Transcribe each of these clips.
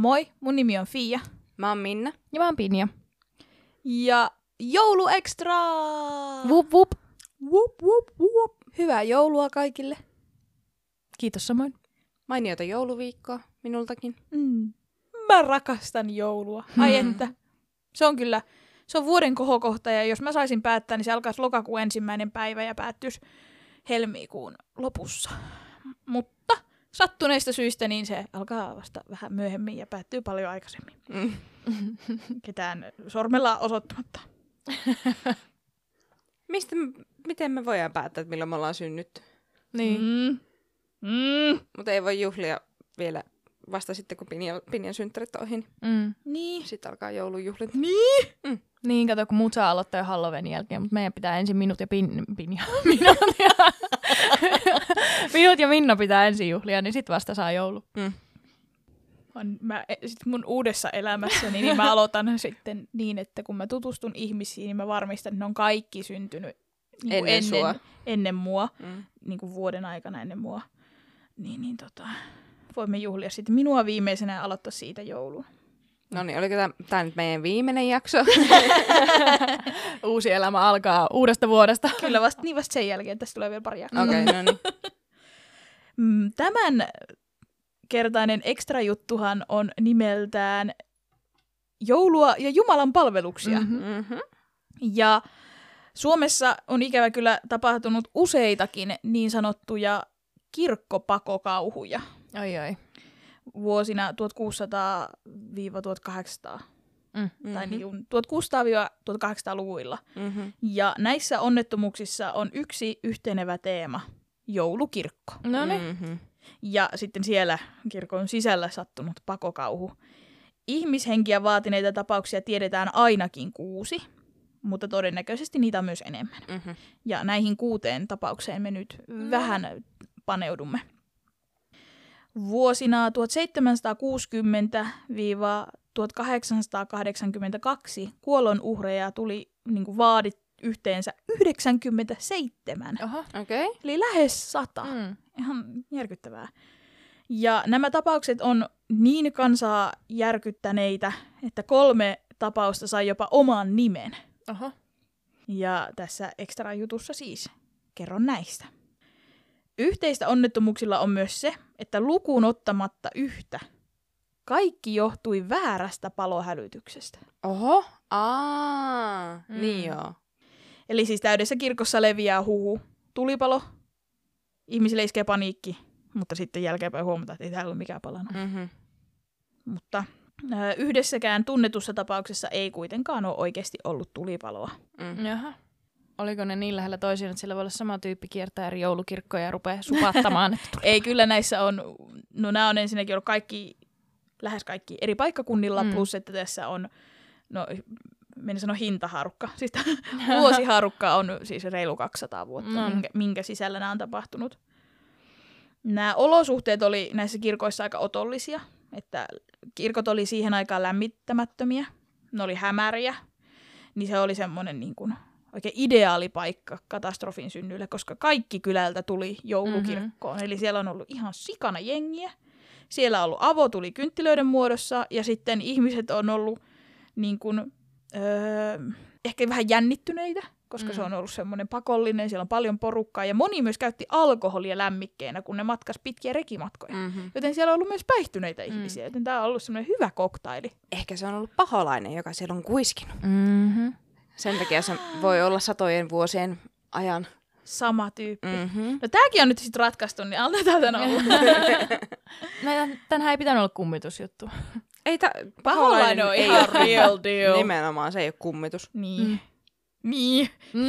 Moi, mun nimi on Fia. Mä oon Minna. Ja mä oon Pinja. Ja jouluekstraa! Vup vup. Wup, wup, wup. Hyvää joulua kaikille. Kiitos samoin. Mainiota jouluviikkoa minultakin. Mä rakastan joulua. Ai että. Se on vuoden kohokohta ja jos mä saisin päättää, niin se alkaisi lokakuun 1. päivä ja päättyisi helmikuun lopussa. Mutta sattuneista syistä niin se alkaa vasta vähän myöhemmin ja päättyy paljon aikaisemmin. Ketään sormella osoittamatta. Miten me voidaan päättää, että milloin me ollaan synnytty? Niin. Mutta ei voi juhlia vielä vasta sitten, kun Pinjan synttärit on ohi. Niin. Sitten alkaa joulujuhlinta. Niin, kato, kun muut saa aloittaa jo Halloweenin jälkeen, mutta meidän pitää ensin minut ja Minna pitää ensin juhlia, niin sit vasta saa joulu. Sit mun uudessa elämässäni niin mä aloitan sitten niin, että kun mä tutustun ihmisiin, niin mä varmistan, että ne on kaikki syntynyt niin ennen mua, niin kuin vuoden aikana ennen mua. Voimme juhlia sitten minua viimeisenä ja aloittaa siitä joulun. No niin, oliko tämä nyt meidän viimeinen jakso? Uusi elämä alkaa uudesta vuodesta. Kyllä, vasta sen jälkeen. Tästä tulee vielä pari jaksoa. Okei, no niin. Tämän kertainen ekstra juttuhan on nimeltään Joulua ja Jumalan palveluksia. Ja Suomessa on ikävä kyllä tapahtunut useitakin niin sanottuja kirkkopakokauhuja. Oi. Vuosina 1600-1800 tai niin 1600-1800-luvuilla. Ja näissä onnettomuuksissa on yksi yhtenevä teema, joulukirkko. No niin. Ja sitten siellä kirkon sisällä sattunut pakokauhu. Ihmishenkiä vaatineita tapauksia tiedetään ainakin 6, mutta todennäköisesti niitä on myös enemmän. Ja näihin 6 tapaukseen me nyt vähän paneudumme. Vuosina 1760-1882 kuolonuhreja tuli vaadit yhteensä 97. Oho, okei. Eli lähes 100. Ihan järkyttävää. Ja nämä tapaukset on niin kansaa järkyttäneitä, että 3 tapausta sai jopa oman nimen. Oho. Ja tässä ekstra jutussa siis kerron näistä. Yhteistä onnettomuuksilla on myös se, että lukuun ottamatta yhtä, kaikki johtui väärästä palohälytyksestä. Oho, niin joo. Eli siis täydessä kirkossa leviää huhu, tulipalo, ihmisille iskee paniikki, mutta sitten jälkeenpäin huomataan, että ei täällä ole mikään palannut. Mutta yhdessäkään tunnetussa tapauksessa ei kuitenkaan ole oikeasti ollut tulipaloa. Jaha. Oliko ne niin lähellä toisiaan, että sillä voi olla sama tyyppi kiertää eri joulukirkkoja ja rupeaa supattamaan? Ei, kyllä näissä on, nämä on ensinnäkin ollut lähes kaikki eri paikkakunnilla, plus että tässä on, menen sanoa hintaharukka, siis vuosiharukka on siis reilu 200 vuotta, minkä sisällä nämä on tapahtunut. Nämä olosuhteet oli näissä kirkoissa aika otollisia, että kirkot oli siihen aikaan lämmittämättömiä, ne oli hämäriä, niin se oli semmoinen niin kuin oikein ideaali paikka katastrofin synnylle, koska kaikki kylältä tuli joulukirkkoon. Eli siellä on ollut ihan sikana jengiä. Siellä on ollut avotuli kynttilöiden muodossa ja sitten ihmiset on ollut niin kuin, ehkä vähän jännittyneitä, koska se on ollut semmoinen pakollinen, siellä on paljon porukkaa ja moni myös käytti alkoholia lämmikkeenä, kun ne matkas pitkiä rekimatkoja. Joten siellä on ollut myös päihtyneitä ihmisiä, joten tämä on ollut semmoinen hyvä koktaili. Ehkä se on ollut paholainen, joka siellä on kuiskinut. Sen takia se voi olla satojen vuosien ajan. Sama tyyppi. No tääkin on nyt sitten ratkaistu, niin annetaan tän olla. Tänhän ei pitänyt olla kummitusjuttu. Ei paholainen on ihan real deal. Nimenomaan, se ei ole kummitus. Niin.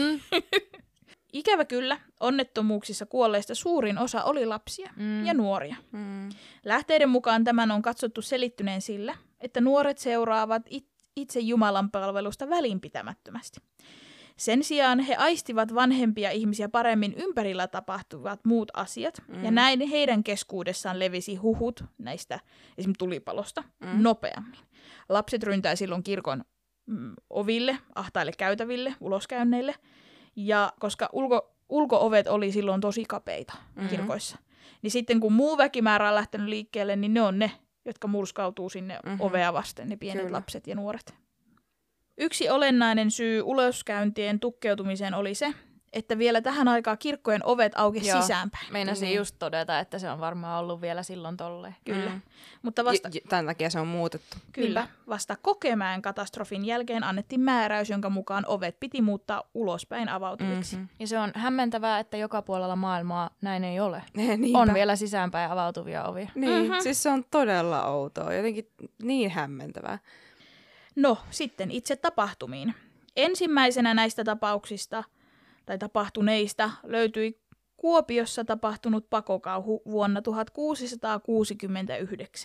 Ikävä kyllä, onnettomuuksissa kuolleista suurin osa oli lapsia ja nuoria. Lähteiden mukaan tämän on katsottu selittyneen sillä, että nuoret seuraavat itse Jumalan palvelusta välinpitämättömästi. Sen sijaan he aistivat vanhempia ihmisiä paremmin ympärillä tapahtuvat muut asiat, ja näin heidän keskuudessaan levisi huhut näistä esimerkiksi tulipalosta nopeammin. Lapset ryntää silloin kirkon oville, ahtaille käytäville, uloskäynneille, ja koska ulko-ovet oli silloin tosi kapeita kirkoissa, niin sitten kun muu väkimäärä on lähtenyt liikkeelle, niin ne on ne, jotka murskautuu sinne ovea vasten, ne pienet lapset ja nuoret. Yksi olennainen syy uloskäyntien tukkeutumiseen oli se, että vielä tähän aikaan kirkkojen ovet aukesi sisäänpäin. Meinasin just todeta, että se on varmaan ollut vielä silloin tolleen. Kyllä. Mutta vasta... Tämän takia se on muutettu. Kyllä. Vasta Kokemäen katastrofin jälkeen annettiin määräys, jonka mukaan ovet piti muuttaa ulospäin avautuviksi. Ja se on hämmentävää, että joka puolella maailmaa näin ei ole. Niinpä. On vielä sisäänpäin avautuvia ovia. Niin, siis se on todella outoa. Jotenkin niin hämmentävää. No, sitten itse tapahtumiin. Ensimmäisenä näistä tapauksista tai tapahtuneista löytyi Kuopiossa tapahtunut pakokauhu vuonna 1669.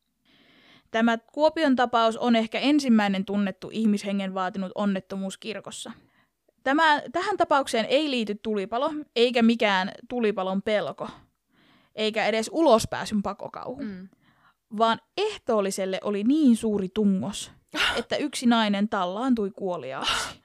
Tämä Kuopion tapaus on ehkä ensimmäinen tunnettu ihmishengen vaatinut onnettomuus kirkossa. Tähän tapaukseen ei liity tulipalo, eikä mikään tulipalon pelko, eikä edes ulospääsyn pakokauhu, vaan ehtoolliselle oli niin suuri tungos, että yksi nainen tallaantui kuoliaaksi.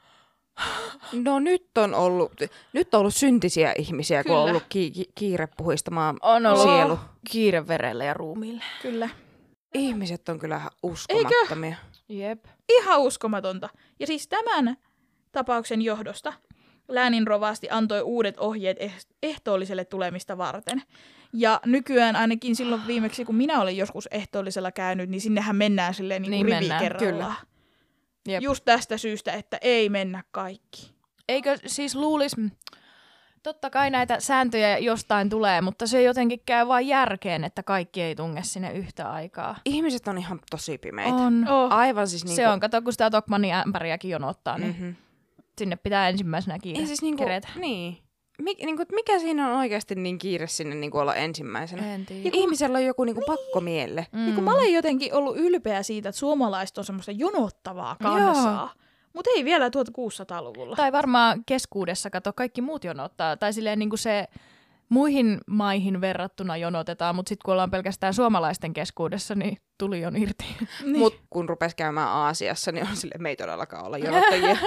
No nyt on ollut syntisiä ihmisiä, kun on ollut kiire puhistamaan sielu. Kiire verelle ja ruumiille. Kyllä. Ihmiset on kyllä uskomattomia. Jep. Ihan uskomatonta. Ja siis tämän tapauksen johdosta lääninrovasti antoi uudet ohjeet ehtoolliselle tulemista varten. Ja nykyään ainakin silloin viimeksi, kun minä olen joskus ehtoollisella käynyt, niin sinnehän mennään silleen niin rivi kerrallaan. Jep. Just tästä syystä, että ei mennä kaikki. Eikö siis luulisi, totta kai näitä sääntöjä jostain tulee, mutta se jotenkin käy vaan järkeen, että kaikki ei tunge sinne yhtä aikaa. Ihmiset on ihan tosi pimeitä. On. Aivan siis niinku... Se on, kato kun sitä Tokmannin ämpäriäkin jonottaa, niin sinne pitää ensimmäisenä siis kerätä. Niin. Mikä siinä on oikeasti niin kiire sinne niin olla ensimmäisenä? En tiedä. Ihmisellä on joku niin pakkomielle. Niin mä olen jotenkin ollut ylpeä siitä, että suomalaiset on semmoista jonottavaa kansaa. Mutta ei vielä 1600-luvulla. Tai varmaan keskuudessa, kato, kaikki muut jonottaa. Tai silleen niin kuin se muihin maihin verrattuna jonotetaan, mutta sitten kun ollaan pelkästään suomalaisten keskuudessa, niin tuli on irti. Niin. Mutta kun rupesi käymään Aasiassa, niin on silleen, me ei todellakaan olla jonottajia.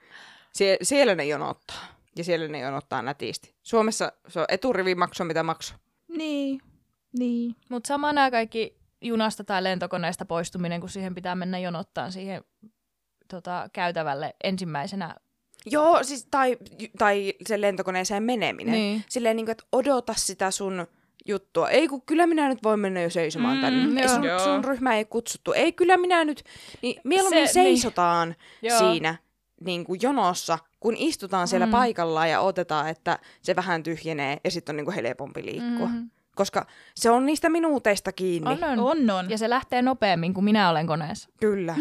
Siellä ne jonottaa. Ja siellä ne jonottaa nätisti. Suomessa se on eturivi maksua, mitä maksua. Niin. Mutta samana kaikki junasta tai lentokoneesta poistuminen, kun siihen pitää mennä jonottaan siihen käytävälle ensimmäisenä. Joo, siis, tai sen lentokoneeseen meneminen. Niin. Silleen, niin kuin, että odota sitä sun juttua. Ei, kun kyllä minä nyt voin mennä jo seisomaan tänne. Sun ryhmä ei kutsuttu. Ei, kyllä minä nyt. Niin mieluummin seisotaan siinä niin kuin jonossa, kun istutaan siellä paikallaan ja odotetaan, että se vähän tyhjenee ja sitten on niin kuin helpompi liikkua. Koska se on niistä minuuteista kiinni. On. Ja se lähtee nopeammin kuin minä olen koneessa. Kyllä.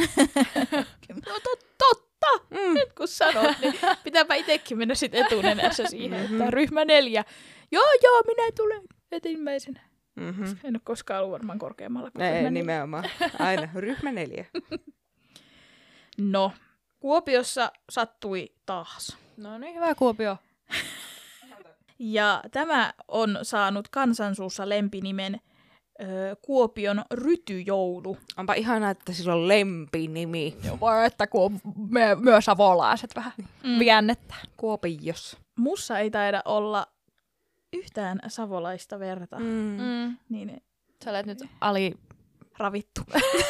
No totta. Nyt kun sanot, niin pitääpä itsekin mennä sitten etunenässä siihen, että ryhmä 4. Joo, minä tulen ensimmäisenä. En ole koskaan ollut varmaan korkeammalla kuin ryhmä 4. Nimenomaan. Aina ryhmä 4. No, Kuopiossa sattui taas. No niin, hyvä Kuopio. Ja tämä on saanut kansansuussa lempinimen Kuopion rytyjoulu. Onpa ihanaa, että sillä on lempinimi. Vai että kun myös savolaiset vähän viennettää. Kuopiossa. Mussa ei taida olla yhtään savolaista verta. Niin sä olet nyt ravittu.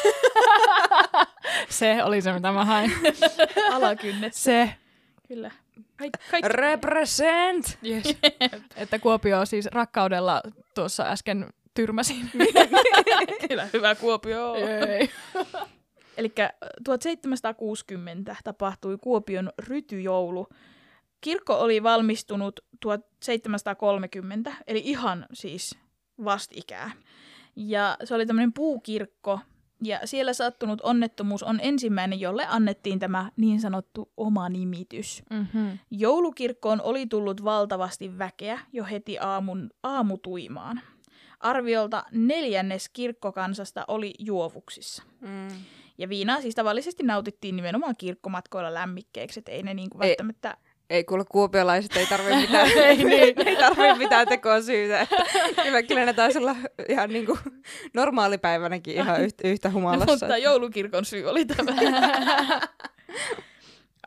Se oli se, mitä mä hain. Alakynnessä. Se. Kyllä. Represent! Yes. Että Kuopio siis rakkaudella tuossa äsken tyrmäsin. Kyllä, hyvä Kuopio. Eli 1760 tapahtui Kuopion rytyjoulu. Kirkko oli valmistunut 1730, eli ihan siis vastikää. Ja se oli tämmöinen puukirkko, ja siellä sattunut onnettomuus on ensimmäinen, jolle annettiin tämä niin sanottu oma nimitys. Joulukirkkoon oli tullut valtavasti väkeä jo heti aamutuimaan. Arviolta 1/4 kirkkokansasta oli juovuksissa. Ja viinaa siis tavallisesti nautittiin nimenomaan kirkkomatkoilla lämmikkeeksi, että ei ne niinku välttämättä... Ei kuule, kuopiolaiset ei tarvitse mitään, ei tarvitse mitään tekoa syytä. Kyllä ne taisi olla ihan niin kuin normaalipäivänäkin ihan yhtä humalassa. Mutta joulukirkon syy oli tämä.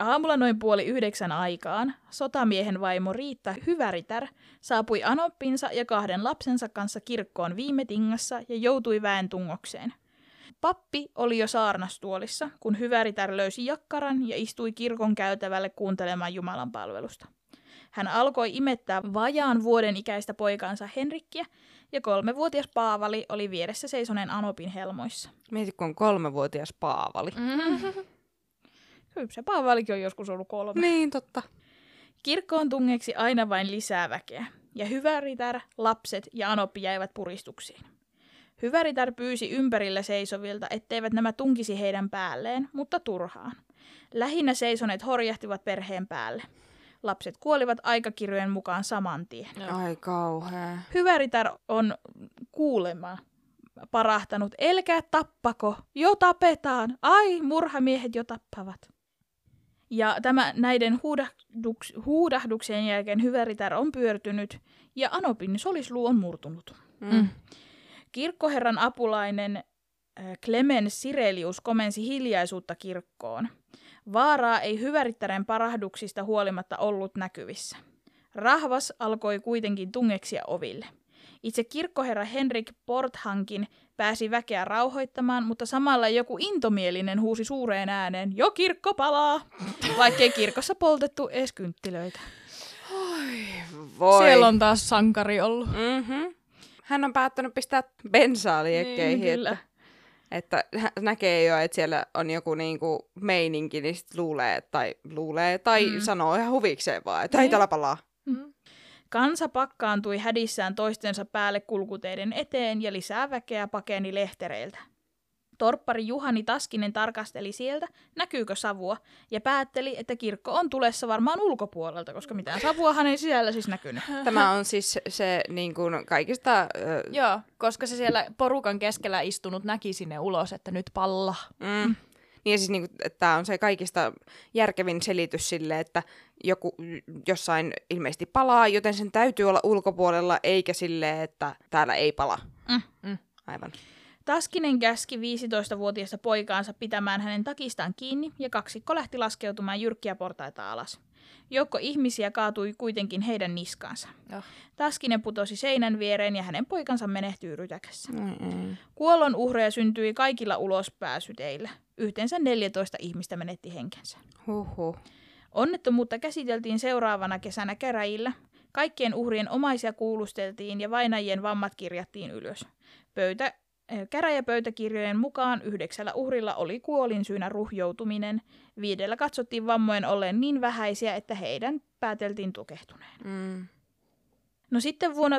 Aamulla noin 8:30 aikaan sotamiehen vaimo Riitta Hyväritär saapui anoppinsa ja 2 lapsensa kanssa kirkkoon viime tingassa ja joutui väen tungokseen. Pappi oli jo saarnastuolissa, kun Hyväritär löysi jakkaran ja istui kirkon käytävälle kuuntelemaan Jumalan palvelusta. Hän alkoi imettää vajaan vuoden ikäistä poikaansa Henrikkiä, ja 3-vuotias Paavali oli vieressä seisoneen anopin helmoissa. Mieti, kun on 3-vuotias Paavali. Kyllä se Paavalikin on joskus ollut 3. Niin, totta. Kirkkoon tungeksi aina vain lisää väkeä, ja Hyväritär, lapset ja anoppi jäivät puristuksiin. Hyväritär pyysi ympärillä seisovilta, etteivät nämä tunkisi heidän päälleen, mutta turhaan. Lähinnä seisoneet horjahtivat perheen päälle. Lapset kuolivat aikakirjojen mukaan saman tien. Ai kauhea. Hyväritär on kuulema parahtanut, älkää tappako, jo tapetaan, ai murhamiehet jo tappavat. Ja näiden huudahduksien jälkeen Hyväritär on pyörtynyt ja anopin solisluu on murtunut. Kirkkoherran apulainen Clemens Sirelius komensi hiljaisuutta kirkkoon. Vaaraa ei Hyvärittären parahduksista huolimatta ollut näkyvissä. Rahvas alkoi kuitenkin tungeksia oville. Itse kirkkoherra Henrik Porthankin pääsi väkeä rauhoittamaan, mutta samalla joku intomielinen huusi suureen ääneen, jo kirkko palaa, vaikkei kirkossa poltettu edes kynttilöitä. Voi. Siellä on taas sankari ollut. Hän on päättänyt pistää bensaa liekkeihin, Niin, että hän näkee jo, että siellä on joku niinku meininki, niin sit luulee tai sanoo ihan huvikseen vaan, että ei täällä palaa. Kansa pakkaantui hädissään toistensa päälle kulkuteiden eteen ja lisää väkeä pakeni lehtereiltä. Torppari Juhani Taskinen tarkasteli sieltä, näkyykö savua, ja päätteli, että kirkko on tulessa varmaan ulkopuolelta, koska mitään savuahan ei sisällä siis näkynyt. Tämä on siis se niin kuin kaikista... Joo, koska se siellä porukan keskellä istunut näki sinne ulos, että nyt palla. Niin ja siis niin kuin, että tämä on se kaikista järkevin selitys sille, että joku jossain ilmeisesti palaa, joten sen täytyy olla ulkopuolella, eikä silleen, että täällä ei pala. Aivan. Taskinen käski 15-vuotiaista poikaansa pitämään hänen takistaan kiinni ja kaksikko lähti laskeutumaan jyrkkiä portaita alas. Joukko ihmisiä kaatui kuitenkin heidän niskaansa. Taskinen putosi seinän viereen ja hänen poikansa menehtyi rytäkässä. Kuollon uhreja syntyi kaikilla ulospääsyteillä. Yhteensä 14 ihmistä menetti henkensä. Onnettomuutta käsiteltiin seuraavana kesänä käräjillä. Kaikkien uhrien omaisia kuulusteltiin ja vainajien vammat kirjattiin ylös. Käräjäpöytäkirjojen mukaan 9 uhrilla oli kuolinsyynä ruhjoutuminen. 5 katsottiin vammojen olleen niin vähäisiä, että heidän pääteltiin tukehtuneen. No sitten vuonna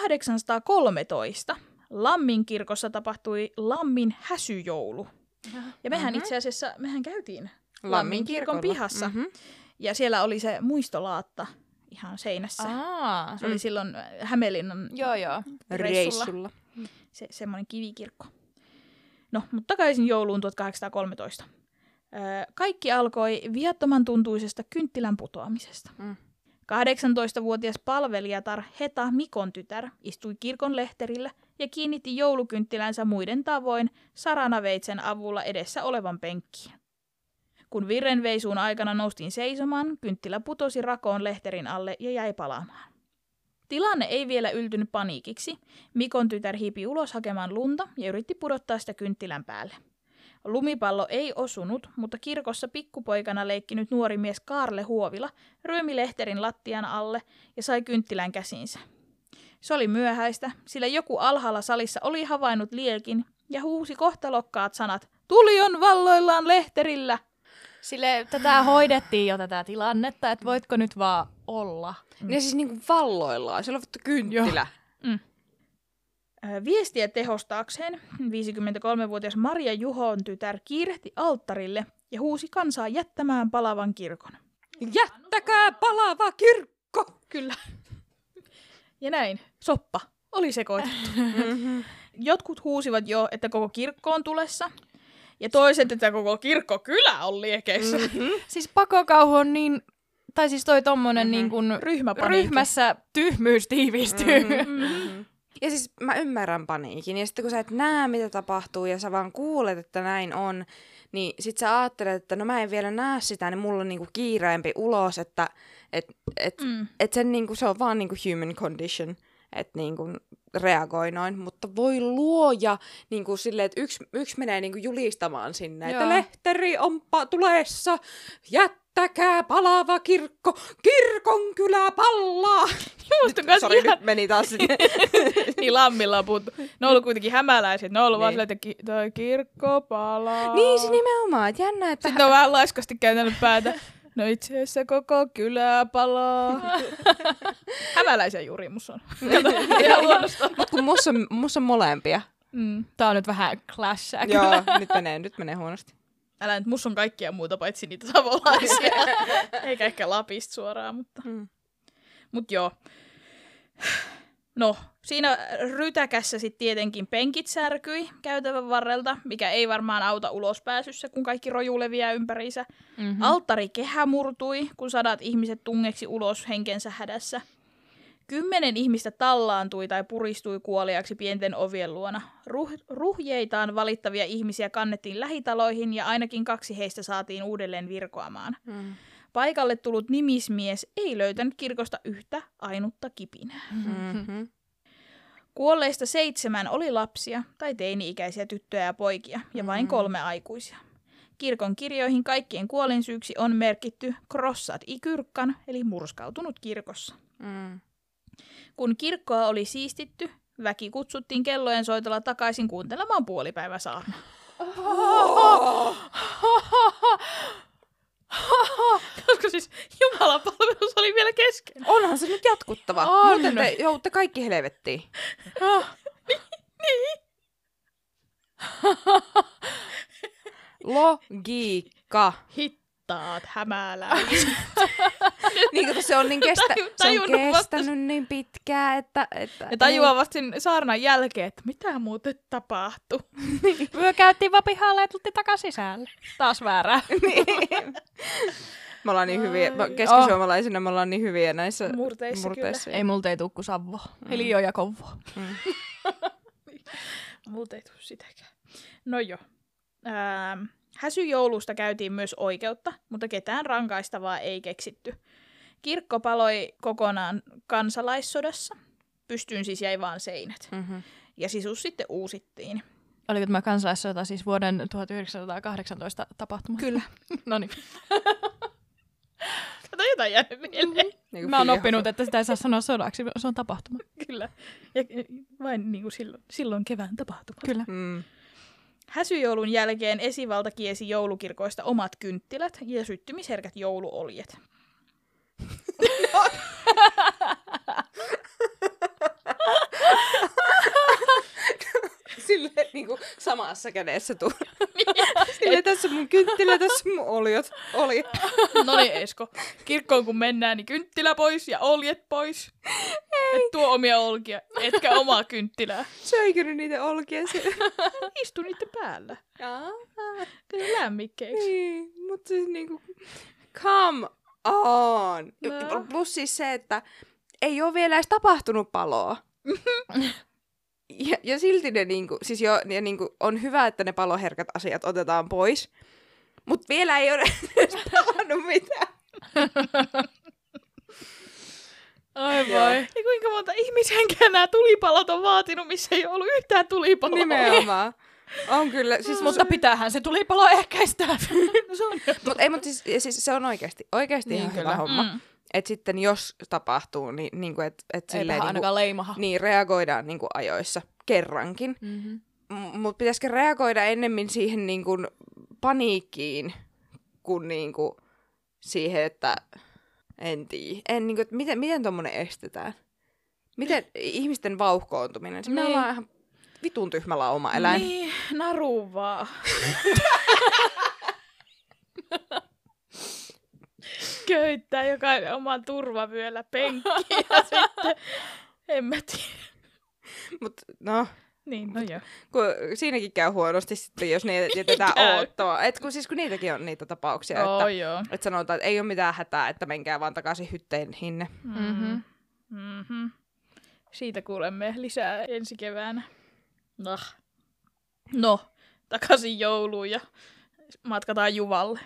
1813 Lammin kirkossa tapahtui Lammin häsyjoulu. Ja mehän itse asiassa käytiin Lammin kirkon pihassa. Ja siellä oli se muistolaatta ihan seinässä. Se oli silloin Hämeenlinnan reissulla. Semmoinen kivikirkko. No, mutta takaisin jouluun 1813. Kaikki alkoi viattoman tuntuisesta kynttilän putoamisesta. 18-vuotias palvelijatar Heta Mikon tytär istui kirkon lehterillä ja kiinnitti joulukynttilänsä muiden tavoin saranaveitsen avulla edessä olevan penkkiin. Kun virrenveisuun aikana noustiin seisomaan, kynttilä putosi rakoon lehterin alle ja jäi palaamaan. Tilanne ei vielä yltynyt paniikiksi. Mikon tytär hiipi ulos hakemaan lunta ja yritti pudottaa sitä kynttilän päälle. Lumipallo ei osunut, mutta kirkossa pikkupoikana leikkinyt nuori mies Kaarle Huovila ryömi lehterin lattian alle ja sai kynttilän käsiinsä. Se oli myöhäistä, sillä joku alhaalla salissa oli havainnut liekin ja huusi kohtalokkaat sanat, tuli on valloillaan lehterillä! Sille tätä hoidettiin jo tätä tilannetta, että voitko nyt vaan olla. Ja siis niinku valloillaan, siellä on vittu kynttilä. Viestiä tehostaakseen 53-vuotias Maria Juhon tytär kiirehti alttarille ja huusi kansaa jättämään palavan kirkon. Jättäkää palava kirkko! Kyllä. Ja näin, soppa oli sekoitettu. Jotkut huusivat jo, että koko kirkko on tulessa. Ja toiset, että koko kirkkokylä on liekeissä. Siis pakokauhu on niin, tai siis toi tommonen niin kuin ryhmässä tyhmyys tiivistyy. Ja siis mä ymmärrän paniikin. Ja sitten kun sä et näe, mitä tapahtuu, ja sä vaan kuulet, että näin on, niin sit sä ajattelet, että no mä en vielä näe sitä, niin mulla on niinku kiireempi ulos, että sen niinku, se on vaan niinku human condition, että niinku reagoi noin, mutta voi luoja niinku silleen, että yksi menee niinku julistamaan sinne, että Lehteri on tulessa, jättäkää palava kirkko, kirkon kylä pallaa. Sori, nyt meni taas sinne. Niin Lammilla on puhuttu. Ne on ollut kuitenkin hämäläiset, ne on ollut vaan silleen, että toi kirkko palaa. Niin se nimenomaan, että jännä, että... Sitten on vähän laiskasti kääntänyt päätä. No itse asiassa koko kylä palaa. Hämäläisiä juuri musta on. Kato, ihan luonnosta. Mut kun musta on molempia. Tää on nyt vähän clashia. Joo, nyt menee huonosti. Älä nyt, musta on kaikkia muuta paitsi niitä savolaisia. Eikä ehkä Lapista suoraan, mutta... Mut joo. No, siinä rytäkässä sitten tietenkin penkit särkyi käytävän varrelta, mikä ei varmaan auta ulospääsyssä, kun kaikki roju leviää ympäriinsä. Alttarikehä murtui, kun 100 ihmiset tungeksi ulos henkensä hädässä. 10 ihmistä tallaantui tai puristui kuoliaksi pienten ovien luona. Ruhjeitaan valittavia ihmisiä kannettiin lähitaloihin ja ainakin 2 heistä saatiin uudelleen virkoamaan. Paikalle tullut nimismies ei löytänyt kirkosta yhtä ainutta kipinää. Kuolleista 7 oli lapsia tai teini-ikäisiä tyttöjä ja poikia ja vain 3 aikuisia. Kirkon kirjoihin kaikkien kuolinsyyksi on merkitty krossat i kyrkkan, eli murskautunut kirkossa. Kun kirkkoa oli siistitty, väki kutsuttiin kellojen soitolla takaisin kuuntelemaan puolipäiväsaarna. Koska siis Jumalan palvelus oli vielä kesken. Onhan se nyt jatkuttava. Muuten te joutte kaikki helvettiin. Niin. Logiikka. Hittaat hämäläiset. Niin kuin se on, kestänyt niin pitkään, että ja tajuaa vasta sen saarnan jälkeen, että mitä muuten tapahtui. Me käytiin vaan pihalle ja tultiin takaisin sisälle. Taas väärää. Niin. Me ollaan niin hyviä, keskisuomalaisina me ollaan niin hyviä näissä murteissa. Ei multa ei tuu kuin savvoa. Eli jo ja kovvoa. Multa ei tuu sitäkään. No joo. Häsyjoulusta käytiin myös oikeutta, mutta ketään rankaistavaa ei keksitty. Kirkko paloi kokonaan kansalaissodassa. Pystyyn siis jäi vaan seinät. Ja sisus sitten uusittiin. Oliko tämä kansalaissota siis vuoden 1918 tapahtuma? Kyllä. Noniin. Kato, jotain jäänyt mieleen. Mä oon oppinut, että sitä ei saa sanoa sodaksi, se on tapahtuma. Kyllä. Ja vain niin kuin silloin kevään tapahtuma. Kyllä. Häsyjoulun jälkeen esivalta kiesi joulukirkoista omat kynttilät ja syttymisherkät jouluoljet. Silleen niinku samassa kädessä tuu. Silleen tässä on mun kynttilä, tässä on mun oljet. No niin, Esko. Kirkkoon kun mennään, niin kynttilä pois ja oljet pois. Et tuo omia olkia, etkä omaa kynttilää. Söikö niitä olkia siellä? Istu niiden päällä. Lämmikkeeksi. Niin, mutta siis niinku, come on. No. Plus siis se, että ei ole vielä edes tapahtunut paloa. Ja silti ne siis on hyvä, että ne paloherkät asiat otetaan pois. Mutta vielä ei ole edes tapahtunut mitään. Ai voi. Ja kuinka monta ihmishenkää nämä tulipalot on vaatinut, missä ei ollut yhtään tulipaloa. Nimenomaan. On kyllä. Siis mutta pitäähän se tulipalo ehkäistä. Mutta siis se on oikeasti ihan hyvä homma. Että sitten jos tapahtuu, niin niinku, et silleen ainakaan leimaha. Niin reagoidaan niinku ajoissa kerrankin. Mutta pitäisikö reagoida ennemmin siihen niinku paniikkiin kuin niinku siihen, että en tiedä. Niinku, miten tommonen estetään? Miten ihmisten vauhkoontuminen? Se me ollaan ihan vitun tyhmä lauma eläin. Niin, naru vaan. Köyttää jokainen oman turvavyöllä penkkiin ja sitten en mä tiedä. Mut no. Niin, no joo. Kun siinäkin käy huonosti sitten, jos niitä jätetään odottamaan. Kun niitäkin on niitä tapauksia, että sanotaan, että ei ole mitään hätää, että menkää vaan takaisin hytteihin. Siitä kuulemme lisää ensi keväänä. No, takaisin jouluun ja matkataan Juvalle.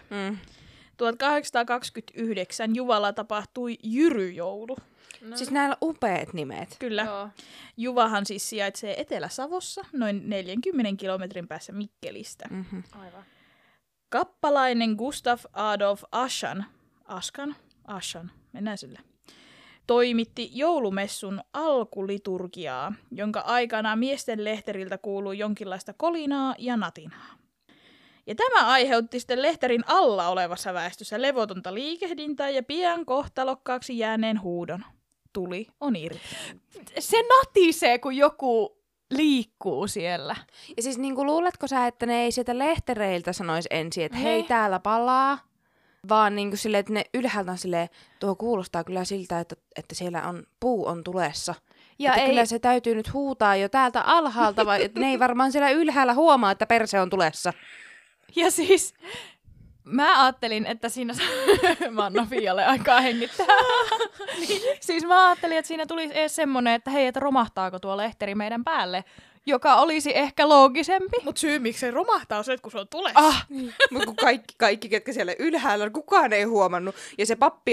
1829 Juvalla tapahtui Jyryjoulu. No. Siis näillä upeat nimet. Kyllä. Joo. Juvahan siis sijaitsee Etelä-Savossa, noin 40 kilometrin päässä Mikkelistä. Aivan. Kappalainen Gustav Adolf Aschan, mennään sille, toimitti joulumessun alkuliturgiaa, jonka aikana miesten lehteriltä kuului jonkinlaista kolinaa ja natinaa. Ja tämä aiheutti sitten lehterin alla olevassa väestössä levotonta liikehdintää ja pian kohtalokkaaksi jääneen huudon. Tuli on irti. Se natisee, kun joku liikkuu siellä. Ja siis niin kuin, luuletko sä, että ne ei sieltä lehtereiltä sanoisi ensin, että hei, täällä palaa, vaan niin kuin silleen, että ne ylhäältä on silleen, tuo kuulostaa kyllä siltä, että siellä on puu on tulessa. Ja että kyllä se täytyy nyt huutaa jo täältä alhaalta, vai että ne ei varmaan siellä ylhäällä huomaa, että perse on tulessa. Ja siis mä ajattelin, että siinä mä annan Fialle aikaa hengittää. Siis mä ajattelin, että siinä tulisi edes semmonen, että hei, että romahtaako tuo lehteri meidän päälle, joka olisi ehkä loogisempi. Mut syy, miksi se romahtaa, on se, että kun se on tulessa. Mutta kun kaikki, ketkä siellä ylhäällä, kukaan ei huomannut. Ja se pappi,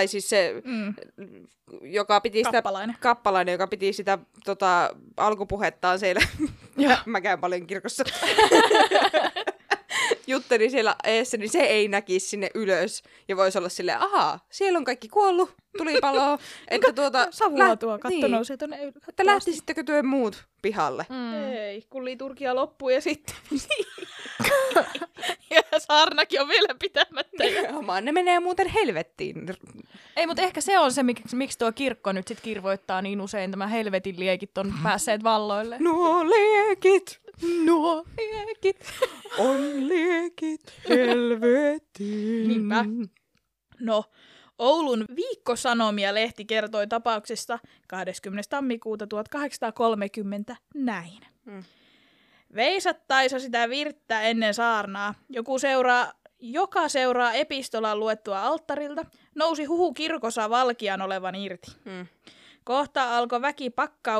joka piti sitä... Kappalainen, joka piti sitä alkupuhettaan siellä. Mä käyn paljon kirkossa. Jutteli siellä eessä, niin se ei näkisi sinne ylös. Ja voisi olla silleen, ahaa, siellä on kaikki kuollut, tulipaloa. Että savua tuo katto nousee tuonne ylös. Että lähtisittekö työ muut pihalle? Ei, kun liturgia loppuu ja sitten... ja saarnakin on vielä pitämättä. Ne menee muuten helvettiin. Ei, mutta ehkä se on se, miksi tuo kirkko nyt sit kirvoittaa niin usein tämä helvetin liekit on päässeet valloille. Nuo liekit on liekit helvettiin. Niinpä. No, Oulun Viikkosanomia-lehti kertoi tapauksesta 20. tammikuuta 1830 näin. Veisattaisa sitä virttä ennen saarnaa. Joka seuraa epistolan luettua alttarilta, nousi huhu kirkossa valkian olevan irti. Kohta alkoi väki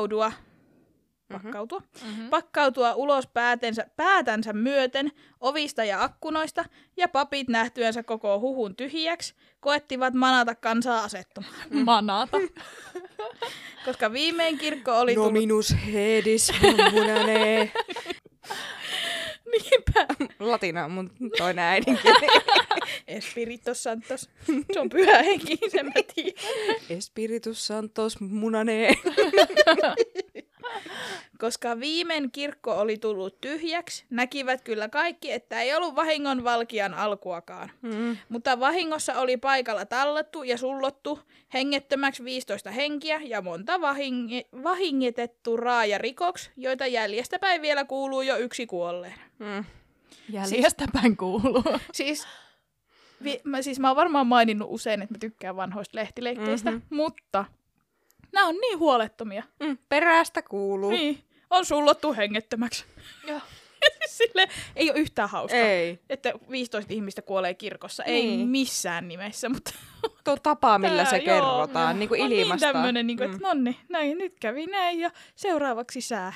pakkautua ulos päätänsä myöten ovista ja akkunoista, ja papit nähtyänsä koko huhun tyhjäksi, koettivat manata kansaa asettumaan. Manata? Koska viimein kirkko oli Nominus hedis munane. Niinpä. Latina mun toinen äidinkieli. Espiritus Santos. Se on pyhä henki, sen mä tiedän. Espiritus Santos munane. Koska viimein kirkko oli tullut tyhjäksi, näkivät kyllä kaikki, että ei ollut vahingon valkian alkuakaan. Mutta vahingossa oli paikalla tallettu ja sullottu hengettömäksi 15 henkiä ja monta vahingetettu raajarikoksi, joita jäljestäpäin vielä kuuluu jo yksi kuolleen. Jäljestäpäin kuuluu. Siis mä oon varmaan maininnut usein, että mä tykkään vanhoista lehtileikkeistä, mutta nämä on niin huolettomia. Perästä kuuluu. Niin, on sullottu hengettömäksi. Joo. Sille ei ole yhtään hauskaa, ei. että 15 ihmistä kuolee kirkossa. Niin. Ei missään nimessä, mutta... Tuo tapa, millä se kerrotaan, niin kuin ilmasta. On niin tämmöinen, niin kuin, että nonni, näin, nyt kävi näin ja seuraavaksi sää.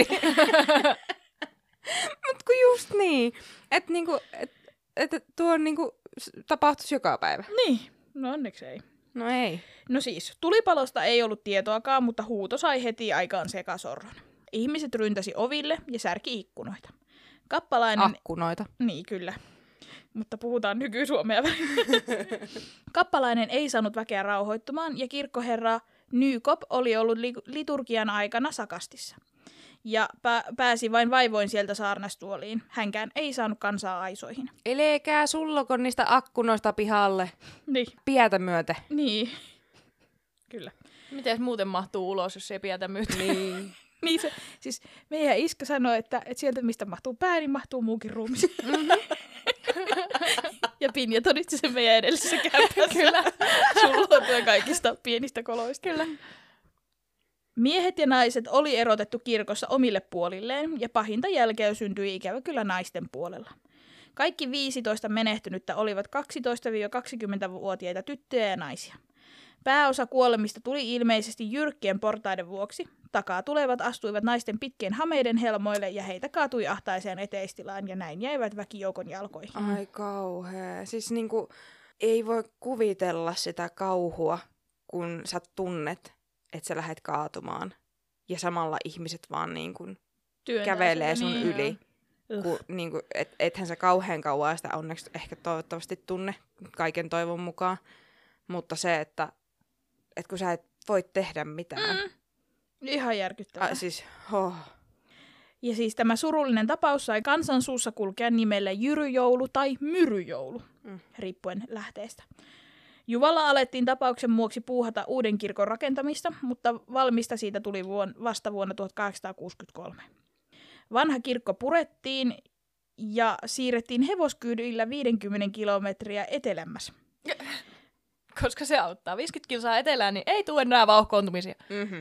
Mut kun just niin, että niinku, tuo niinku tapahtuisi joka päivä. Niin, no onneksi ei. No ei. No siis, tulipalosta ei ollut tietoakaan, mutta huuto sai heti aikaan sekasorron. Ihmiset ryntäsi oville ja särki ikkunoita. Kappalainen... Akkunoita. Niin, kyllä. Mutta puhutaan nyky-suomea. Kappalainen ei saanut väkeä rauhoittumaan ja kirkkoherra Nykop oli ollut liturgian aikana sakastissa. Ja pääsi vain vaivoin sieltä saarnastuoliin. Hänkään ei saanut kansaa aisoihin. Elekää sulloko niistä akkunoista pihalle. Niin. Pietä myöten. Niin. Kyllä. Miten muuten mahtuu ulos, jos ei pietä myöten? Niin. Niin se, siis meidän iskä sanoi, että sieltä mistä mahtuu pää, niin mahtuu muukin ruumis. Ja Pinja todisti sen meidän edellisessä kämpässä. Kyllä. Sulloutuen kaikista pienistä koloista. Kyllä. Miehet ja naiset oli erotettu kirkossa omille puolilleen, ja pahinta jälkeä syntyi ikävä kyllä naisten puolella. Kaikki 15 menehtynyttä olivat 12-20-vuotiaita tyttöjä ja naisia. Pääosa kuolemista tuli ilmeisesti jyrkkien portaiden vuoksi, takaa tulevat astuivat naisten pitkien hameiden helmoille ja heitä kaatui ahtaiseen eteistilaan ja näin jäivät väkijoukon jalkoihin. Ai kauhea. Siis niinku ei voi kuvitella sitä kauhua, kun sä tunnet, että sä lähdet kaatumaan. Ja samalla ihmiset vaan niinku kävelee sun yli. Niinku, ethän sä kauhean kauan sitä onneksi ehkä toivottavasti tunne kaiken toivon mukaan. Mutta se, että kun sä et voi tehdä mitään. Ihan järkyttävää. Ja siis tämä surullinen tapaus sai kansan suussa kulkea nimellä Jyryjoulu tai Myryjoulu, riippuen lähteestä. Juvalla alettiin tapauksen vuoksi puuhata uuden kirkon rakentamista, mutta valmista siitä tuli vasta vuonna 1863. Vanha kirkko purettiin ja siirrettiin hevoskyydillä 50 kilometriä etelämmäs. Koska se auttaa. 50 kilsaa etelään, niin ei tule enää vauhkoontumisia.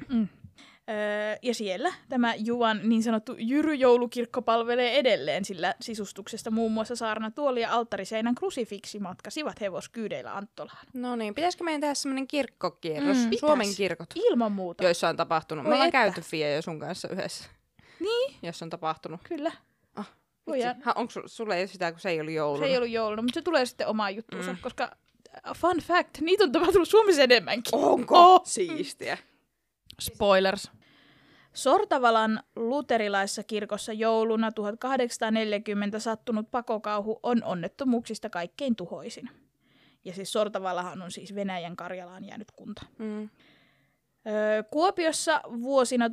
Ja siellä tämä Juvan niin sanottu Jyryjoulukirkko palvelee edelleen, sillä sisustuksesta muun muassa saarnatuoli ja alttariseinän krusifiksi matkasivat hevoskyydeillä Anttolaan. No niin, pitäisikö meidän tehdä semmoinen kirkkokierros? Suomen kirkot. Ilman muuta. Joissa on tapahtunut. Me ollaan käyty Fia jo sun kanssa yhdessä. Niin. Jos on tapahtunut. Kyllä. Onko sulle ei sitä, kun se ei ollut jouluna? Se ei ollut jouluna, mutta se tulee sitten omaan juttuunsa, koska fun fact, niitä on tapahtunut Suomessa enemmänkin. Onko? Siistiä. Spoilers. Sortavalan luterilaisessa kirkossa jouluna 1840 sattunut pakokauhu on onnettomuuksista kaikkein tuhoisin. Ja siis Sortavalahan on siis Venäjän Karjalaan jäänyt kunta. Kuopiossa vuosina 1844-1855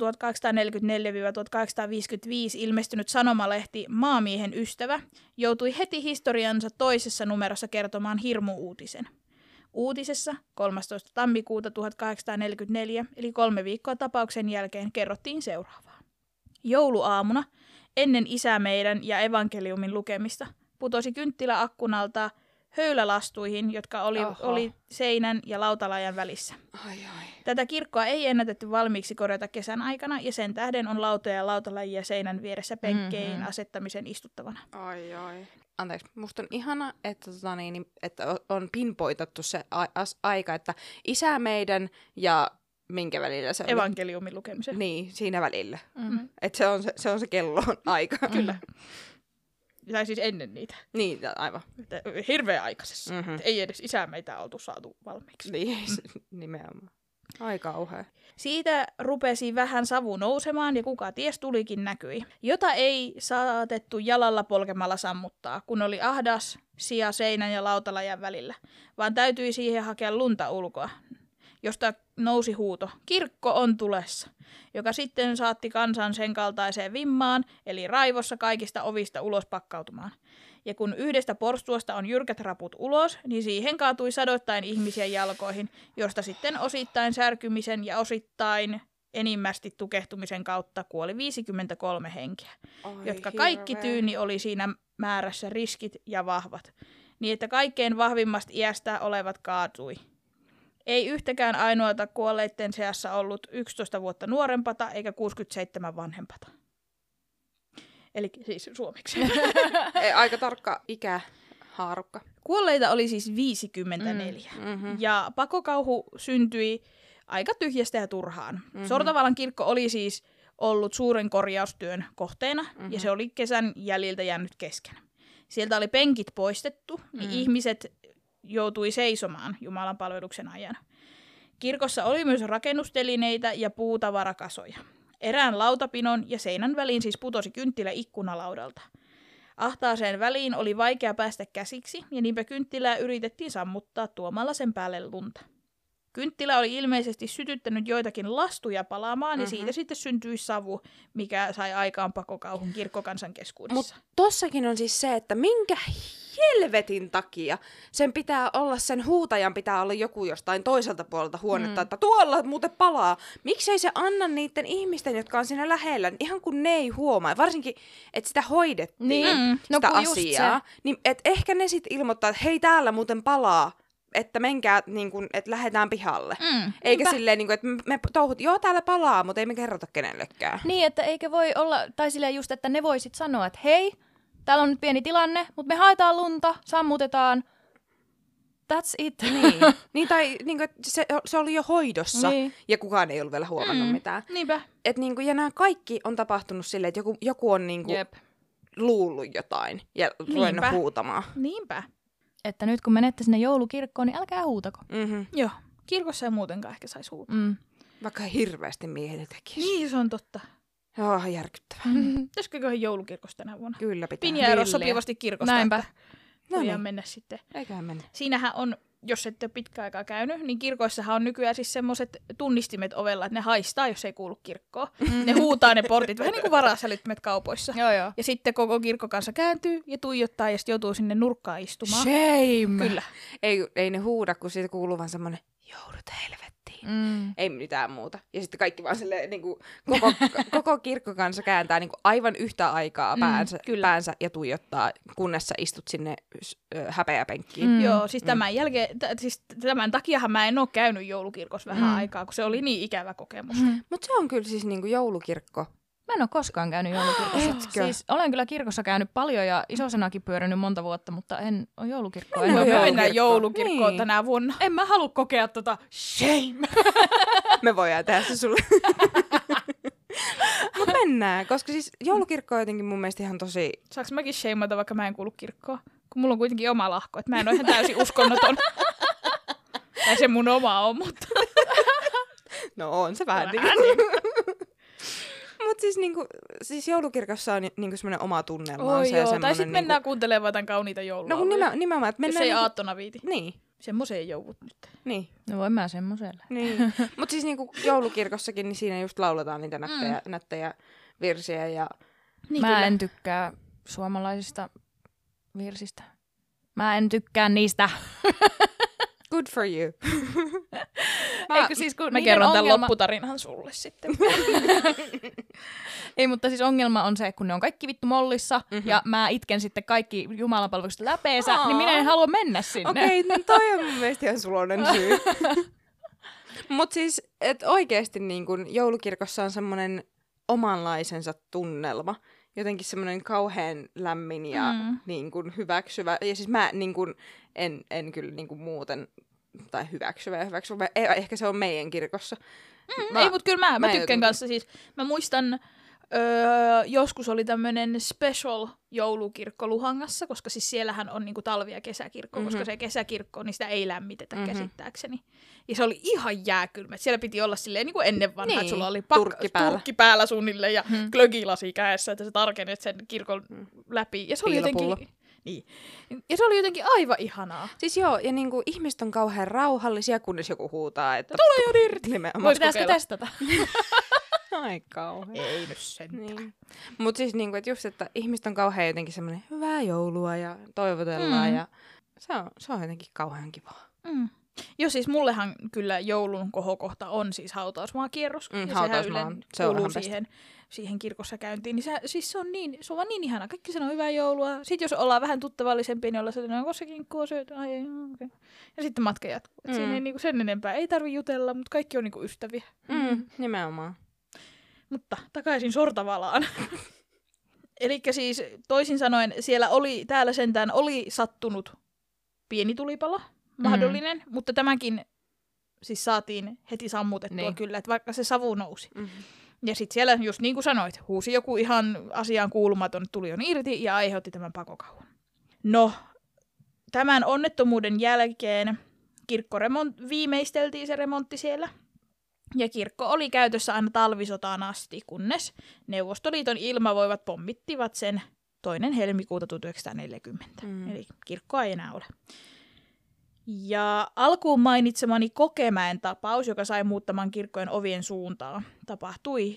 ilmestynyt sanomalehti Maamiehen ystävä joutui heti historiansa toisessa numerossa kertomaan hirmu-uutisen. Uutisessa 13. tammikuuta 1844, eli 3 viikkoa tapauksen jälkeen, kerrottiin seuraavaa. Jouluaamuna, ennen Isä meidän ja evankeliumin lukemista, putosi kynttilä akkunalta höylälastuihin, jotka oli seinän ja lautalajan välissä. Tätä kirkkoa ei ennätetty valmiiksi korjata kesän aikana, ja sen tähden on lautoja ja lautalajia seinän vieressä penkkeihin asettamisen istuttavana. Anteeksi, musta on ihana, että on pinpoitattu se aika, että Isä meidän ja minkä välillä se on? Evankeliumin lukemisen. Niin, siinä välillä. Että se on se kellon aika. Kyllä. Tai siis ennen niitä. Niin, aivan. Hirveän aikaisessa. Ei edes Isä meitä oltu saatu valmiiksi. Niin, nimenomaan. Ai kauhea. Siitä rupesi vähän savu nousemaan ja kuka ties tulikin näkyi. Jota ei saatettu jalalla polkemalla sammuttaa, kun oli ahdas sija seinän ja lautalajan välillä, vaan täytyi siihen hakea lunta ulkoa, josta nousi huuto, kirkko on tulessa, joka sitten saatti kansan sen kaltaiseen vimmaan, eli raivossa kaikista ovista ulos pakkautumaan. Ja kun yhdestä porstuasta on jyrkät raput ulos, niin siihen kaatui sadoittain ihmisiä jalkoihin, josta sitten osittain särkymisen ja osittain enimmästi tukehtumisen kautta kuoli 53 henkeä, jotka kaikki tyyni oli siinä määrässä riskit ja vahvat, niin että kaikkein vahvimmasta iästä olevat kaatui. Ei yhtäkään ainoata kuolleiden seassa ollut 11 vuotta nuorempata eikä 67 vanhempata. Eli siis suomeksi. Aika tarkka ikähaarukka. Kuolleita oli siis 54. Ja pakokauhu syntyi aika tyhjästä ja turhaan. Sortavalan kirkko oli siis ollut suuren korjaustyön kohteena ja se oli kesän jäljiltä jäänyt kesken. Sieltä oli penkit poistettu, niin ihmiset joutui seisomaan Jumalan palveluksen ajan. Kirkossa oli myös rakennustelineitä ja puutavarakasoja. Erään lautapinon ja seinän väliin siis putosi kynttilä ikkunalaudalta. Ahtaaseen väliin oli vaikea päästä käsiksi ja niinpä kynttilää yritettiin sammuttaa tuomalla sen päälle lunta. Kynttilä oli ilmeisesti sytyttänyt joitakin lastuja palaamaan ja siitä sitten syntyi savu, mikä sai aikaan pakokauhun kirkkokansan keskuudessa. Mutta tossakin on siis se, että minkä helvetin takia sen huutajan pitää olla joku jostain toiselta puolelta huonetta, että tuolla muuten palaa. Miksei se anna niiden ihmisten, jotka on siinä lähellä, niin ihan kun ne ei huomaa, varsinkin, että sitä hoidettiin, sitä asiaa, niin et ehkä ne sitten ilmoittaa, että hei täällä muuten palaa, että menkää, niin kun, että lähdetään pihalle. Eikä silleen, niin kun, että me touhut, joo täällä palaa, mutta ei me kerrota kenellekään. Niin, että eikä voi olla, tai silleen just, että ne voisit sanoa, että hei, täällä on nyt pieni tilanne, mutta me haetaan lunta, sammutetaan. that's it. Niin tai niinku, se oli jo hoidossa ja kukaan ei ollut vielä huomannut mitään. Niinpä. Et niinku, ja nämä kaikki on tapahtunut silleen, että joku on niinku luullut jotain ja ruvennut huutamaan. Niinpä. Että nyt kun menette sinne joulukirkkoon, niin älkää huutako. Mm-hmm. Joo, kirkossa ei muutenkaan ehkä saisi huutaa. Vaikka hirveästi miehille tekisi. Niin, se on totta. Joo, järkyttävää. Pitäisiköhän joulukirkossa tänä vuonna? Kyllä pitää. Pinja ero sopivasti kirkosta. Näinpä. Voidaan mennä sitten. Eiköhän mennä. Siinähän on, jos ette ole pitkään aikaa käynyt, niin kirkoissahan on nykyään siis semmoiset tunnistimet ovella, että ne haistaa, jos ei kuulu kirkkoon. Ne huutaa ne portit, vähän niin kuin varasälyttimet kaupoissa. Joo. Ja sitten koko kirkko kanssa kääntyy ja tuijottaa ja sitten joutuu sinne nurkkaan istumaan. Shame! Kyllä. Ei ne huuda, kun siitä kuuluu vaan semmoinen joudut helvettiin. Ei mitään muuta. Ja sitten kaikki vaan silleen, niin kuin, koko kirkko kanssa kääntää niin kuin aivan yhtä aikaa päänsä ja tuijottaa, kunnes sä istut sinne häpeäpenkkiin. Joo, siis tämän takiahan mä en ole käynyt joulukirkossa vähän aikaa, kun se oli niin ikävä kokemus. Mutta se on kyllä siis niin kuin joulukirkko. Mä en ole koskaan käynyt joulukirkossa. Siis olen kyllä kirkossa käynyt paljon ja isosenakin pyörinyt monta vuotta, mutta en ole joulukirkkoa. Me mennään joulukirkkoon tänä vuonna. En mä halua kokea shame. Me voidaan tehdä se sulle. Mut mennään, koska siis joulukirkko on jotenkin mun mielestä ihan tosi... Saanko mäkin shameata, vaikka mä en kuulu kirkkoon? Kun mulla on kuitenkin oma lahko, että mä en ole ihan täysin uskonnoton. Tai se mun oma on, mutta... No on se vähän niin. Mutta siis joulukirkossa on niinku semmoinen oma tunnelmansa. Joo, tai sitten mennään kuuntelemaan jotain kauniita joululauluja. No nimenomaan, että mennään... Jos ei aattona viiti. Niin. Semmoiseen jouvut nyt. Niin. No voin mä semmoiselle. Niin. Mutta siis niinku joulukirkossakin, niin siinä just lauletaan niitä nättejä virsiä ja... Niin, mä en tykkää suomalaisista virsistä. Mä en tykkää niistä. Good for you. Mä kerron tämän lopputarinhan sulle sitten. Ei, mutta siis ongelma on se, kun ne on kaikki vittu mollissa, ja mä itken sitten kaikki jumalanpalvelukset läpeensä, niin minä en halua mennä sinne. Okei, no toi on mun mielestä ihan suloinen syy. Mut siis, että oikeesti niin kun joulukirkossa on semmonen omanlaisensa tunnelma. Jotenkin semmoinen kauhean lämmin ja niin kun hyväksyvä. Ja siis mä niin kun, en kyllä niin kun muuten, tai hyväksyvä. Ehkä se on meidän kirkossa. Ei, mutta kyllä mä tykkään kanssa. Siis, mä muistan, joskus oli tämmönen special joulukirkko Luhangassa, koska siis siellähän on niinku talvi- ja kesäkirkko, koska se kesäkirkko, niin sitä ei lämmitetä käsittääkseni. Ja se oli ihan jääkylmä. Siellä piti olla silleen niin kuin ennen vanhaa, että sulla oli turkki päällä suunnilleen ja glögilasi kädessä, että sä tarkennet sen kirkon läpi. Ja se oli jotenkin... Niin. Ja se oli jotenkin aivan ihanaa. Siis joo, ja niinku ihmiset on kauhean rauhallisia, kunnes joku huutaa, että... Tule jo irti! Pitäisikö testata? Ai kauhean. Ei nyt sentään. Niin. Mut siis niinku, että just, että ihmiset on kauhean jotenkin semmoinen hyvää joulua ja toivotellaan ja se on jotenkin kauhean kivaa. Joo, siis mullehan kyllä joulun kohokohta on siis hautausmaakierros. Se kuuluu siihen kirkossa käyntiin. Niin se on vaan niin ihana. Kaikki sanoo hyvää joulua. Sitten jos ollaan vähän tuttavallisempia, niin ollaan sellainen, koska kinkkua syöty. Okay. Ja sitten matka jatkuu. Siinä ei niinku sen enempää. Ei tarvi jutella, mutta kaikki on niinku ystäviä. Nimenomaan. Mutta takaisin Sortavalaan. Elikkä siis toisin sanoen täällä sentään oli sattunut pieni tulipalo. Mahdollinen, mutta tämäkin siis saatiin heti sammutettua kyllä, että vaikka se savu nousi. Ja sitten siellä, just niin kuin sanoit, huusi joku ihan asiaan kuulumaton, tuli on irti ja aiheutti tämän pakokauhun. No, tämän onnettomuuden jälkeen kirkko viimeisteltiin se remontti siellä. Ja kirkko oli käytössä aina talvisotaan asti, kunnes Neuvostoliiton ilmavoimat pommittivat sen 2. helmikuuta 1940. Eli kirkkoa ei enää ole. Ja alkuun mainitsemani Kokemäen tapaus, joka sai muuttamaan kirkkojen ovien suuntaa, tapahtui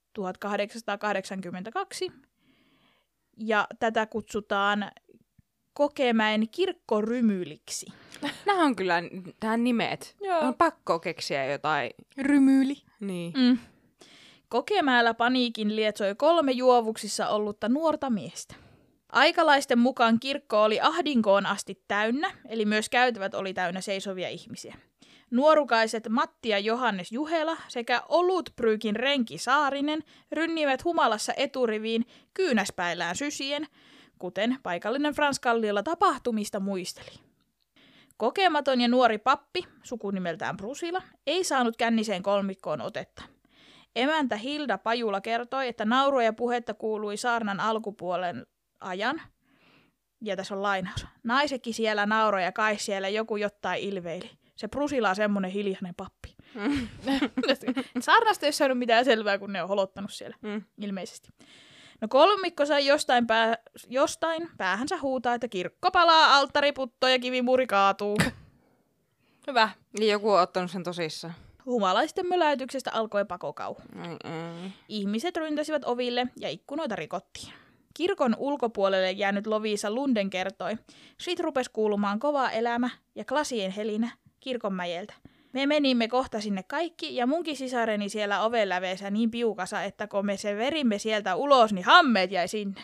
1882. Ja tätä kutsutaan Kokemäen kirkkorymyliksi. Nämä on kyllä tähän nimet. Joo. On pakko keksiä jotain. Rymyli. Niin. Kokemäellä paniikin lietsoi 3 juovuksissa ollutta nuorta miestä. Aikalaisten mukaan kirkko oli ahdinkoon asti täynnä, eli myös käytävät oli täynnä seisovia ihmisiä. Nuorukaiset Matti ja Johannes Juhela sekä Olutbryykin renki Saarinen rynnivät humalassa eturiviin kyynäspäillään sysien, kuten paikallinen Frans Kalliola tapahtumista muisteli. Kokematon ja nuori pappi, sukunimeltään Brusila, ei saanut känniseen kolmikkoon otetta. Emäntä Hilda Pajula kertoi, että naurua ja puhetta kuului saarnan alkupuolen ajan. Ja tässä on lainaus. Naisekin siellä nauroi ja kai siellä joku jotain ilveili. Se Brusila on semmoinen hiljainen pappi. Saarnasta ei ole saanut mitään selvää, kun ne on holottanut siellä, ilmeisesti. No kolmikko sai jostain päähänsä huutaa, että kirkko palaa, alttari puttoo ja kivimuuri kaatuu. Hyvä. Niin joku on ottanut sen tosissaan. Humalaisten möläytyksestä alkoi pakokauhu. Ihmiset ryntäsivät oville ja ikkunoita rikottiin. Kirkon ulkopuolelle jäänyt Lovisa Lunden kertoi. Sit rupesi kuulumaan kova elämä ja klasien helinä kirkonmäjeltä. Me menimme kohta sinne kaikki ja munkin sisareni siellä oven läveessä niin piukassa, että kun me se verimme sieltä ulos, niin hammeet jäi sinne.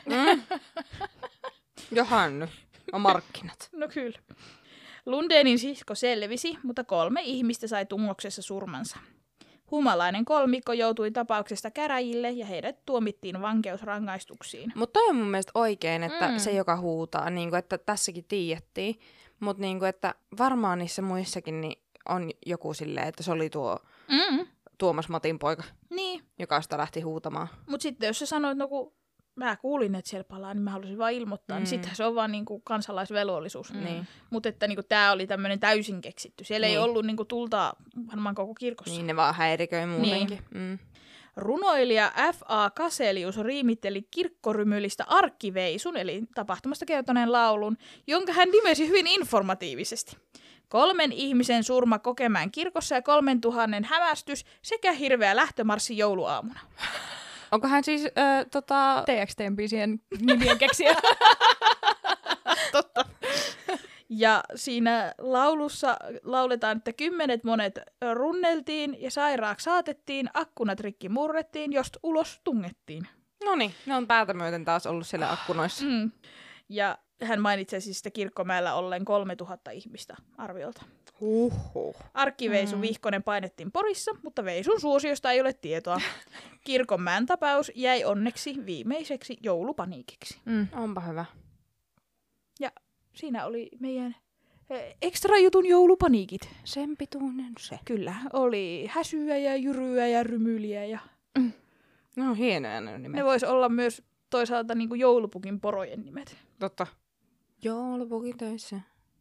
Johan on markkinat. No kyllä. Lundenin sisko selvisi, mutta 3 ihmistä sai tungoksessa surmansa. Humalainen kolmikko joutui tapauksesta käräjille ja heidät tuomittiin vankeusrangaistuksiin. Mutta toi on mun mielestä oikein, että se joka huutaa, niin kun, että tässäkin tiedettiin, mutta niin että varmaan niissä muissakin niin on joku silleen, että se oli tuo Tuomas Matin poika, niin. joka sitä lähti huutamaan. Mutta sitten jos sä sanoit, no kun mä kuulin, että siellä palaa, niin mä halusin vaan ilmoittaa, niin sittenhän se on vaan niinku kansalaisvelvollisuus. Niin. Mutta että niinku, tää oli tämmöinen täysin keksitty. Siellä ei ollut niinku tulta varmaan koko kirkossa. Niin, ne vaan häiriköi muutenkin. Niin. Runoilija F.A. Kaselius riimitteli kirkkorymylistä Arkkiveisun, eli tapahtumasta kertoneen laulun, jonka hän nimesi hyvin informatiivisesti. 3 ihmisen surma Kokemäen kirkossa ja 3000 hämästys sekä hirveä lähtömarssi jouluaamuna. Onko hän siis TXT:n biisien nimien keksiä? Totta. Ja siinä laulussa lauletaan, että 10 monet runneltiin ja sairaaksi saatettiin, akkunat rikki murrettiin, josta ulos tungettiin. Noniin, ne on päätä myöten taas ollut siellä akkunoissa. Ja hän mainitsee siis sitä Kirkkomäellä ollen 3000 ihmistä arviolta. Arkkiveisu Vihkonen painettiin Porissa, mutta Veisun suosiosta ei ole tietoa. Kirkonmäen tapaus jäi onneksi viimeiseksi joulupaniikiksi. Onpa hyvä. Ja siinä oli meidän ekstra jutun joulupaniikit. Sen pituinen se. Kyllä, oli häsyä ja jyryä ja rymyliä. Ja No hienoja ne nimet. ne vois olla myös toisaalta niinku joulupukin porojen nimet. Totta. Joulupukin töissä.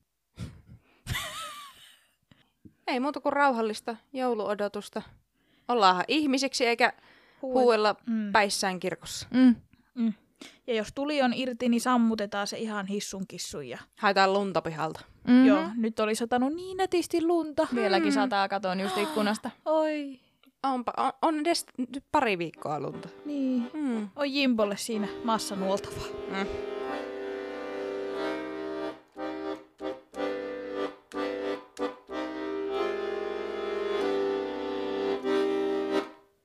Ei muuta kuin rauhallista jouluodotusta. Ollaanhan ihmisiksi eikä huuella päissään kirkossa. Ja jos tuli on irti, niin sammutetaan se ihan hissun kissun. Ja haetaan lunta pihalta. joo, nyt oli satanut niin nätisti lunta. Vieläkin sataa, katon just ikkunasta. Oi. On edes nyt pari viikkoa lunta. Niin. On Jimbolle siinä massa nuoltavaa.